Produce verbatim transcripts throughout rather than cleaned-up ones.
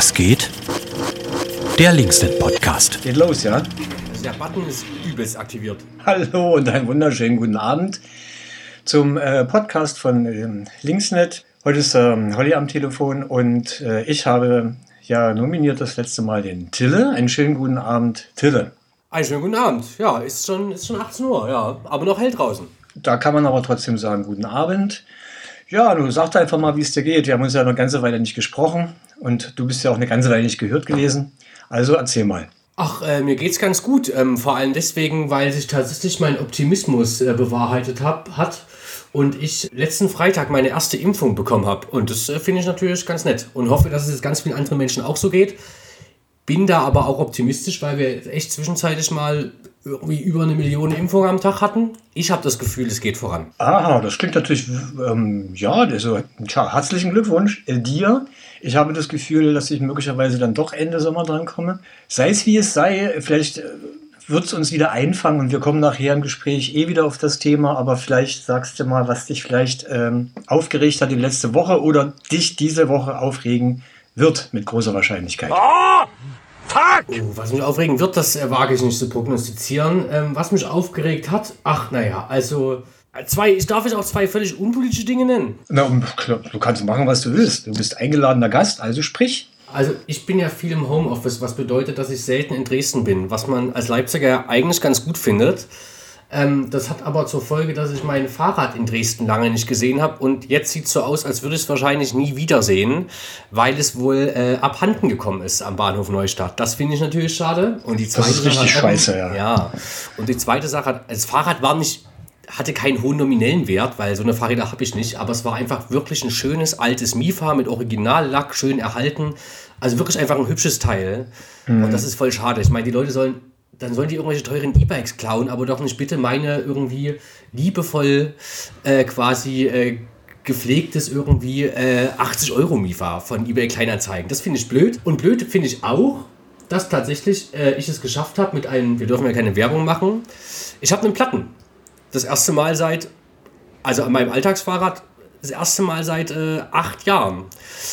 was geht? Der Linksnet-Podcast. Geht los, ja? Also der Button ist übelst aktiviert. Hallo und einen wunderschönen guten Abend zum äh, Podcast von ähm, Linksnet. Heute ist ähm, Holly am Telefon und äh, ich habe ja nominiert das letzte Mal den Tille. Einen schönen guten Abend, Tille. Einen schönen guten Abend. Ja, ist schon, ist schon achtzehn Uhr, ja, aber noch hell draußen. Da kann man aber trotzdem sagen, guten Abend. Ja, du sag einfach mal, wie es dir geht. Wir haben uns ja eine ganze Weile nicht gesprochen und du bist ja auch eine ganze Weile nicht gehört gewesen. Also erzähl mal. Ach, äh, mir geht's ganz gut. Ähm, vor allem deswegen, weil sich tatsächlich mein Optimismus äh, bewahrheitet hab, hat und ich letzten Freitag meine erste Impfung bekommen habe. Und das äh, finde ich natürlich ganz nett und hoffe, dass es jetzt ganz vielen anderen Menschen auch so geht. Bin da aber auch optimistisch, weil wir echt zwischenzeitlich mal irgendwie über eine Million Impfungen am Tag hatten. Ich habe das Gefühl, es geht voran. Aha, das klingt natürlich, ähm, ja, also, tja, herzlichen Glückwunsch äh, dir. Ich habe das Gefühl, dass ich möglicherweise dann doch Ende Sommer dran komme. Sei es wie es sei, vielleicht wird es uns wieder einfangen und wir kommen nachher im Gespräch eh wieder auf das Thema, aber vielleicht sagst du mal, was dich vielleicht ähm, aufgeregt hat die letzte Woche oder dich diese Woche aufregen wird mit großer Wahrscheinlichkeit. Oh! Fuck! Oh, was mich aufregen wird, das äh, wage ich nicht zu prognostizieren. Ähm, was mich aufgeregt hat, ach naja, also zwei, ich darf jetzt auch zwei völlig unpolitische Dinge nennen. Na, klar, du kannst machen, was du willst. Du bist eingeladener Gast, also sprich. Also ich bin ja viel im Homeoffice, was bedeutet, dass ich selten in Dresden bin, was man als Leipziger ja eigentlich ganz gut findet. Ähm, das hat aber zur Folge, dass ich mein Fahrrad in Dresden lange nicht gesehen habe und jetzt sieht es so aus, als würde ich es wahrscheinlich nie wiedersehen, weil es wohl äh, abhanden gekommen ist am Bahnhof Neustadt. Das finde ich natürlich schade. Und die zweite das ist richtig Sache scheiße, ja. Ja, und die zweite Sache, das Fahrrad war nicht, hatte keinen hohen nominellen Wert, weil so eine Fahrräder habe ich nicht, aber es war einfach wirklich ein schönes altes Mifa mit Originallack, schön erhalten. Also wirklich einfach ein hübsches Teil. Mhm. Und das ist voll schade. Ich meine, die Leute sollen dann sollen die irgendwelche teuren E-Bikes klauen, aber doch nicht bitte meine irgendwie liebevoll äh, quasi äh, gepflegtes irgendwie äh, achtzig Euro Mifa von eBay Kleinanzeigen. Das finde ich blöd. Und blöd finde ich auch, dass tatsächlich äh, ich es geschafft habe mit einem, wir dürfen ja keine Werbung machen, ich habe einen Platten. Das erste Mal seit, also an meinem Alltagsfahrrad, das erste Mal seit äh, acht Jahren.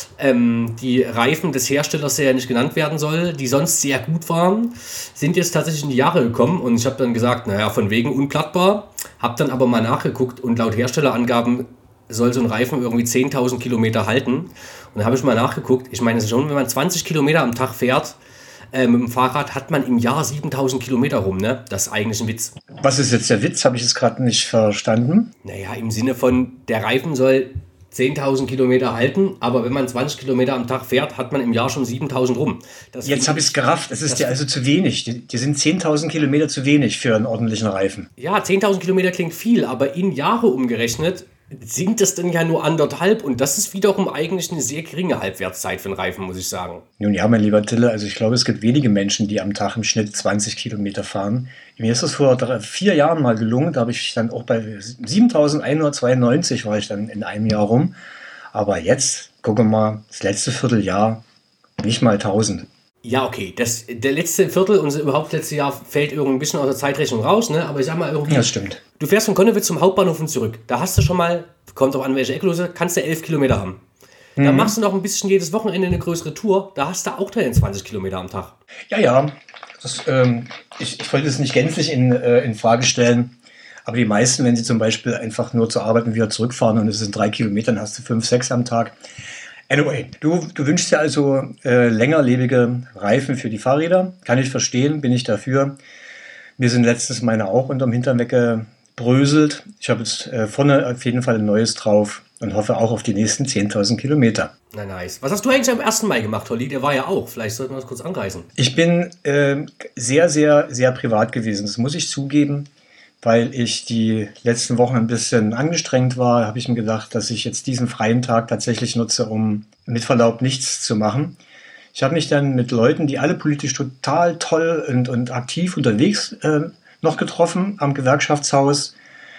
Ähm, die Reifen des Herstellers, der ja nicht genannt werden soll, die sonst sehr gut waren, sind jetzt tatsächlich in die Jahre gekommen. Und ich habe dann gesagt, naja, von wegen unplattbar. Habe dann aber mal nachgeguckt und laut Herstellerangaben soll so ein Reifen irgendwie zehntausend Kilometer halten. Und dann habe ich mal nachgeguckt. Ich meine, schon wenn man zwanzig Kilometer am Tag fährt, Äh, mit dem Fahrrad hat man im Jahr siebentausend Kilometer rum, ne? Das ist eigentlich ein Witz. Was ist jetzt der Witz? Habe ich es gerade nicht verstanden. Naja, im Sinne von, der Reifen soll zehntausend Kilometer halten, aber wenn man zwanzig Kilometer am Tag fährt, hat man im Jahr schon siebentausend rum. Das jetzt habe ich es gerafft. Es ist ja also zu wenig. Die, die sind zehntausend Kilometer zu wenig für einen ordentlichen Reifen. Ja, zehntausend Kilometer klingt viel, aber in Jahre umgerechnet sind das dann ja nur anderthalb und das ist wiederum eigentlich eine sehr geringe Halbwertszeit für einen Reifen, muss ich sagen. Nun ja, mein lieber Tille, also ich glaube, es gibt wenige Menschen, die am Tag im Schnitt zwanzig Kilometer fahren. Mir ist das vor drei, vier Jahren mal gelungen, da habe ich dann auch bei siebentausendeinhundertzweiundneunzig war ich dann in einem Jahr rum. Aber jetzt, gucke mal, das letzte Vierteljahr nicht mal tausend. Ja, okay, das, der letzte Viertel und überhaupt das letzte Jahr fällt irgendwie ein bisschen aus der Zeitrechnung raus, ne? Aber ich sag mal irgendwie... Ja, das stimmt. Du fährst von Konnewitz zum Hauptbahnhof und zurück. Da hast du schon mal, kommt auch an welche Ecke los, kannst du elf Kilometer haben. Mhm. Da machst du noch ein bisschen jedes Wochenende eine größere Tour, da hast du auch deine zwanzig Kilometer am Tag. Ja, ja, das, ähm, ich, ich wollte es nicht gänzlich in, äh, in Frage stellen, aber die meisten, wenn sie zum Beispiel einfach nur zur Arbeit und wieder zurückfahren und es sind drei Kilometer, dann hast du fünf, sechs am Tag. Anyway, du, du wünschst dir also äh, längerlebige Reifen für die Fahrräder. Kann ich verstehen, bin ich dafür. Mir sind letztens meine auch unterm Hintern weggebröselt. Ich habe jetzt äh, vorne auf jeden Fall ein neues drauf und hoffe auch auf die nächsten zehntausend Kilometer. Na nice. Was hast du eigentlich am ersten Mai gemacht, Holly? Der war ja auch. Vielleicht sollten wir das kurz anreißen. Ich bin äh, sehr, sehr, sehr privat gewesen. Das muss ich zugeben. Weil ich die letzten Wochen ein bisschen angestrengt war, habe ich mir gedacht, dass ich jetzt diesen freien Tag tatsächlich nutze, um mit Verlaub nichts zu machen. Ich habe mich dann mit Leuten, die alle politisch total toll und, und aktiv unterwegs äh, noch getroffen am Gewerkschaftshaus.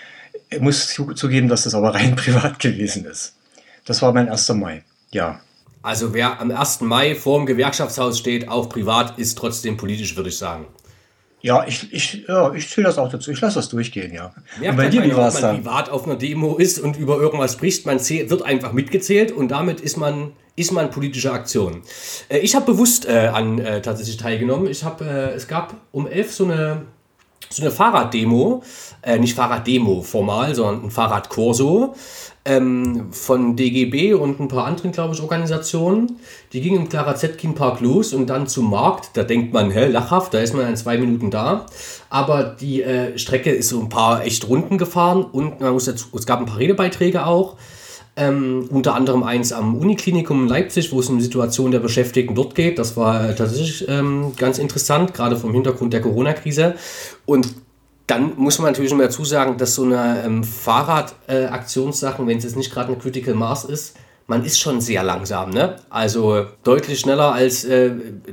Ich muss zu, zugeben, dass das aber rein privat gewesen ist. Das war mein erster Mai, ja. Also wer am ersten Mai vor dem Gewerkschaftshaus steht, auch privat, ist trotzdem politisch, würde ich sagen. Ja, ich, ich, ja, ich zähle das auch dazu. Ich lasse das durchgehen, ja. Merkt Und bei halt dir, wie einer, war ob es man da? privat auf einer Demo ist und über irgendwas spricht, man zäh- wird einfach mitgezählt und damit ist man, ist man politische Aktion. Äh, ich habe bewusst äh, an äh, tatsächlich teilgenommen. Ich habe, äh, es gab um elf so eine, so eine Fahrraddemo, äh, nicht Fahrraddemo formal, sondern ein Fahrradkorso ähm, von D G B und ein paar anderen, glaube ich, Organisationen. Die gingen im Clara Zetkin Park los und dann zum Markt. Da denkt man, hä, lachhaft, da ist man in zwei Minuten da. Aber die äh, Strecke ist so ein paar echt Runden gefahren und man muss dazu, es gab ein paar Redebeiträge auch. Ähm, unter anderem eins am Uniklinikum in Leipzig, wo es um die Situation der Beschäftigten dort geht. Das war äh, tatsächlich ähm, ganz interessant, gerade vom Hintergrund der Corona-Krise. Und dann muss man natürlich noch dazu sagen, dass so eine ähm, Fahrradaktionssachen, äh, wenn es jetzt nicht gerade eine Critical Mass ist, man ist schon sehr langsam, ne? Also deutlich schneller als äh,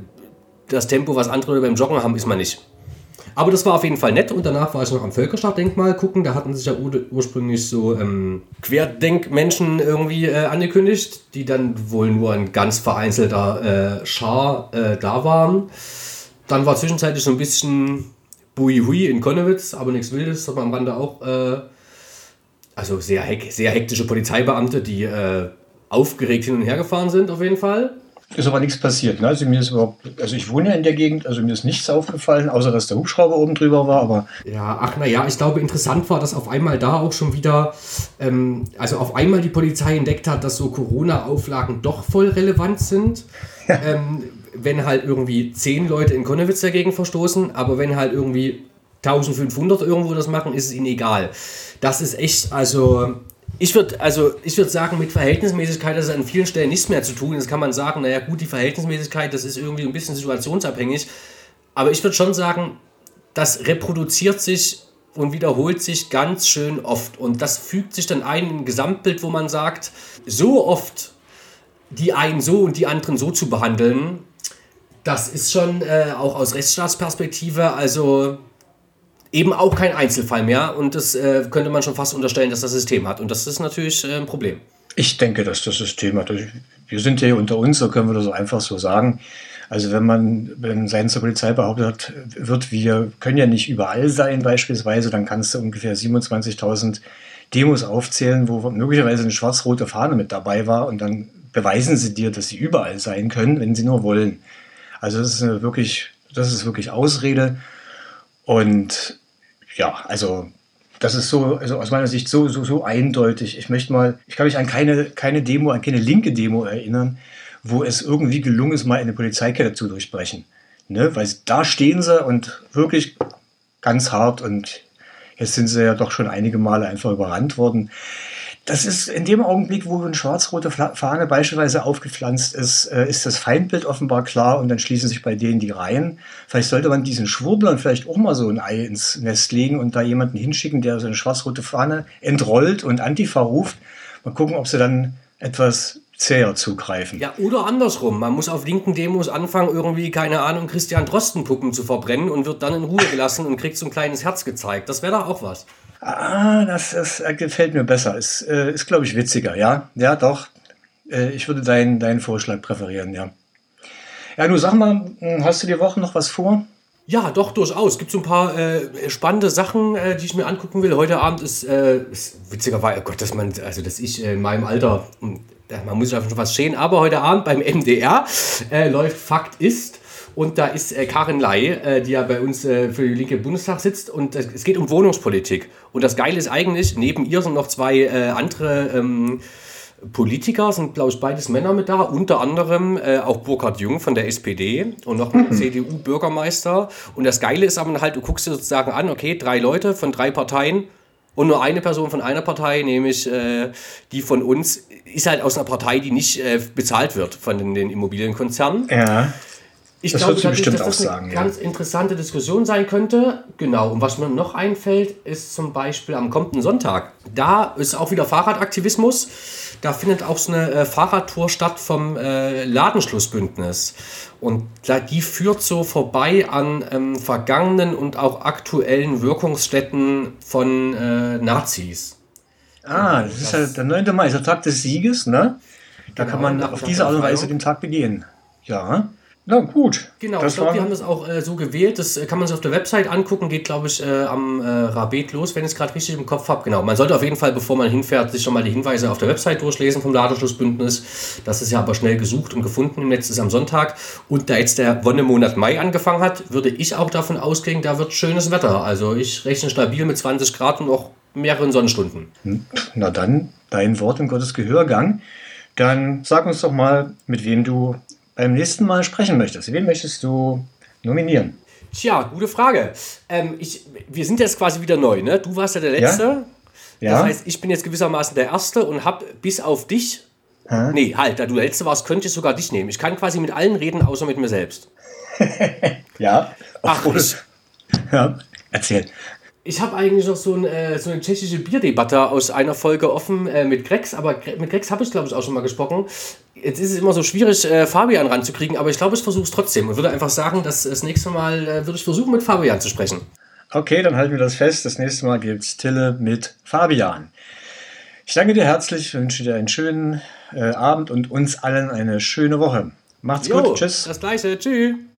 das Tempo, was andere beim Joggen haben, ist man nicht. Aber das war auf jeden Fall nett und danach war ich noch am Völkerschlachtdenkmal gucken. Da hatten sich ja ur- ursprünglich so ähm, Querdenkmenschen irgendwie äh, angekündigt, die dann wohl nur ein ganz vereinzelter äh, Schar äh, da waren. Dann war zwischenzeitlich so ein bisschen Bui Hui in Konnewitz, aber nichts Wildes. Hat man am Rande auch äh, also sehr, hek- sehr hektische Polizeibeamte, die äh, aufgeregt hin und her gefahren sind auf jeden Fall. Ist aber nichts passiert. Ne? Also mir ist überhaupt, also ich wohne ja in der Gegend, also mir ist nichts aufgefallen, außer dass der Hubschrauber oben drüber war, aber Ja, ach naja, ich glaube, interessant war, dass auf einmal da auch schon wieder, ähm, also auf einmal die Polizei entdeckt hat, dass so Corona-Auflagen doch voll relevant sind. Ja. Ähm, wenn halt irgendwie zehn Leute in Konnewitz dagegen verstoßen, aber wenn halt irgendwie eintausendfünfhundert irgendwo das machen, ist es ihnen egal. Das ist echt, also ich würde also ich würde sagen, mit Verhältnismäßigkeit hat es an vielen Stellen nichts mehr zu tun. Jetzt kann man sagen, naja gut, die Verhältnismäßigkeit, das ist irgendwie ein bisschen situationsabhängig. Aber ich würde schon sagen, das reproduziert sich und wiederholt sich ganz schön oft. Und das fügt sich dann ein in ein Gesamtbild, wo man sagt, so oft die einen so und die anderen so zu behandeln, das ist schon äh, auch aus Rechtsstaatsperspektive, also eben auch kein Einzelfall mehr. Und das äh, könnte man schon fast unterstellen, dass das System hat. Und das ist natürlich äh, ein Problem. ich denke, dass das System hat. Wir sind ja hier unter uns, so können wir das einfach so sagen. Also wenn man wenn seitens der Polizei behauptet wird, wir können ja nicht überall sein beispielsweise, dann kannst du ungefähr siebenundzwanzigtausend Demos aufzählen, wo möglicherweise eine schwarz-rote Fahne mit dabei war und dann beweisen sie dir, dass sie überall sein können, wenn sie nur wollen. Also das ist eine wirklich, das ist wirklich Ausrede und ja, also das ist so, also aus meiner Sicht so, so, so eindeutig. Ich möchte mal, ich kann mich an keine, keine Demo, an keine linke Demo erinnern, wo es irgendwie gelungen ist, mal eine Polizeikette zu durchbrechen. Ne? Weil da stehen sie und wirklich ganz hart und jetzt sind sie ja doch schon einige Male einfach überrannt worden. Das ist in dem Augenblick, wo eine schwarz-rote Fahne beispielsweise aufgepflanzt ist, äh, ist das Feindbild offenbar klar und dann schließen sich bei denen die Reihen. Vielleicht sollte man diesen Schwurblern vielleicht auch mal so ein Ei ins Nest legen und da jemanden hinschicken, der so eine schwarz-rote Fahne entrollt und Antifa ruft. Mal gucken, ob sie dann etwas zäher zugreifen. Ja, oder andersrum. Man muss auf linken Demos anfangen, irgendwie, keine Ahnung, Christian Drosten-Puppen zu verbrennen und wird dann in Ruhe gelassen und kriegt so ein kleines Herz gezeigt. Das wäre doch auch was. Ah, das, das gefällt mir besser. Ist, äh, ist glaube ich, witziger, ja? Ja, doch. Äh, ich würde deinen, deinen Vorschlag präferieren, ja. Ja, du sag mal, hast du die Woche noch was vor? Ja, doch, durchaus. Es gibt so ein paar äh, spannende Sachen, äh, die ich mir angucken will. Heute Abend ist, äh, ist witzigerweise, oh Gott, dass man, also dass ich äh, in meinem Alter, äh, man muss sich einfach schon was schämen, aber heute Abend beim M D R äh, läuft Fakt ist. Und da ist äh, Karin Ley, äh, die ja bei uns äh, für die Linke im Bundestag sitzt. Und äh, es geht um Wohnungspolitik. Und das Geile ist eigentlich, neben ihr sind noch zwei äh, andere ähm, Politiker, sind glaube ich beides Männer mit da. Unter anderem äh, auch Burkhard Jung von der S P D und noch ein C D U-Bürgermeister. Und das Geile ist aber halt, du guckst dir sozusagen an, okay, drei Leute von drei Parteien. Und nur eine Person von einer Partei, nämlich äh, die von uns, ist halt aus einer Partei, die nicht äh, bezahlt wird von den, den Immobilienkonzernen. Ja. Ich das glaube, würdest du dass bestimmt das auch eine sagen, ganz ja. interessante Diskussion sein könnte. Genau. Und was mir noch einfällt, ist zum Beispiel am kommenden Sonntag. Da ist auch wieder Fahrradaktivismus. Da findet auch so eine äh, Fahrradtour statt vom äh, Ladenschlussbündnis. Und da, die führt so vorbei an ähm, vergangenen und auch aktuellen Wirkungsstätten von äh, Nazis. Ah, das ist ja der neunte Mai, ist der Tag des Sieges, ne? Da Genau, kann man nach- auf nach diese der Art und Weise Befreiung. den Tag begehen. Ja. Na gut. Genau, das ich glaube, war die haben das auch äh, so gewählt. Das äh, kann man sich auf der Website angucken. Geht, glaube ich, äh, am äh, Rabet los, wenn ich es gerade richtig im Kopf habe. Genau, man sollte auf jeden Fall, bevor man hinfährt, sich schon mal die Hinweise auf der Website durchlesen vom Ladenschlussbündnis. Das ist ja aber schnell gesucht und gefunden im Netz, ist am Sonntag. Und da jetzt der Wonnemonat Mai angefangen hat, würde ich auch davon ausgehen, da wird schönes Wetter. Also ich rechne stabil mit zwanzig Grad und auch mehreren Sonnenstunden. Na dann, dein Wort in Gottes Gehörgang. Dann sag uns doch mal, mit wem du beim nächsten Mal sprechen möchtest. Wen möchtest du nominieren? Tja, gute Frage. Ähm, ich, wir sind jetzt quasi wieder neu, ne? Du warst ja der Letzte. Ja? Ja. Das heißt, ich bin jetzt gewissermaßen der Erste und habe bis auf dich... Hä? Nee, halt, da du der Letzte warst, könnte ich sogar dich nehmen. Ich kann quasi mit allen reden, außer mit mir selbst. Ja. Ach, obwohl- ich, ja. Erzähl. ich habe eigentlich noch so, ein, äh, so eine tschechische Bierdebatte aus einer Folge offen äh, mit Grex, aber Gre- mit Grex habe ich, glaube ich, auch schon mal gesprochen. Jetzt ist es immer so schwierig, äh, Fabian ranzukriegen, aber ich glaube, ich versuche es trotzdem und würde einfach sagen, dass das nächste Mal äh, würde ich versuchen, mit Fabian zu sprechen. Okay, dann halten wir das fest. Das nächste Mal gibt's Tille mit Fabian. Ich danke dir herzlich, wünsche dir einen schönen äh, Abend und uns allen eine schöne Woche. Macht's Jo, gut. Tschüss. das Gleiche. Tschüss.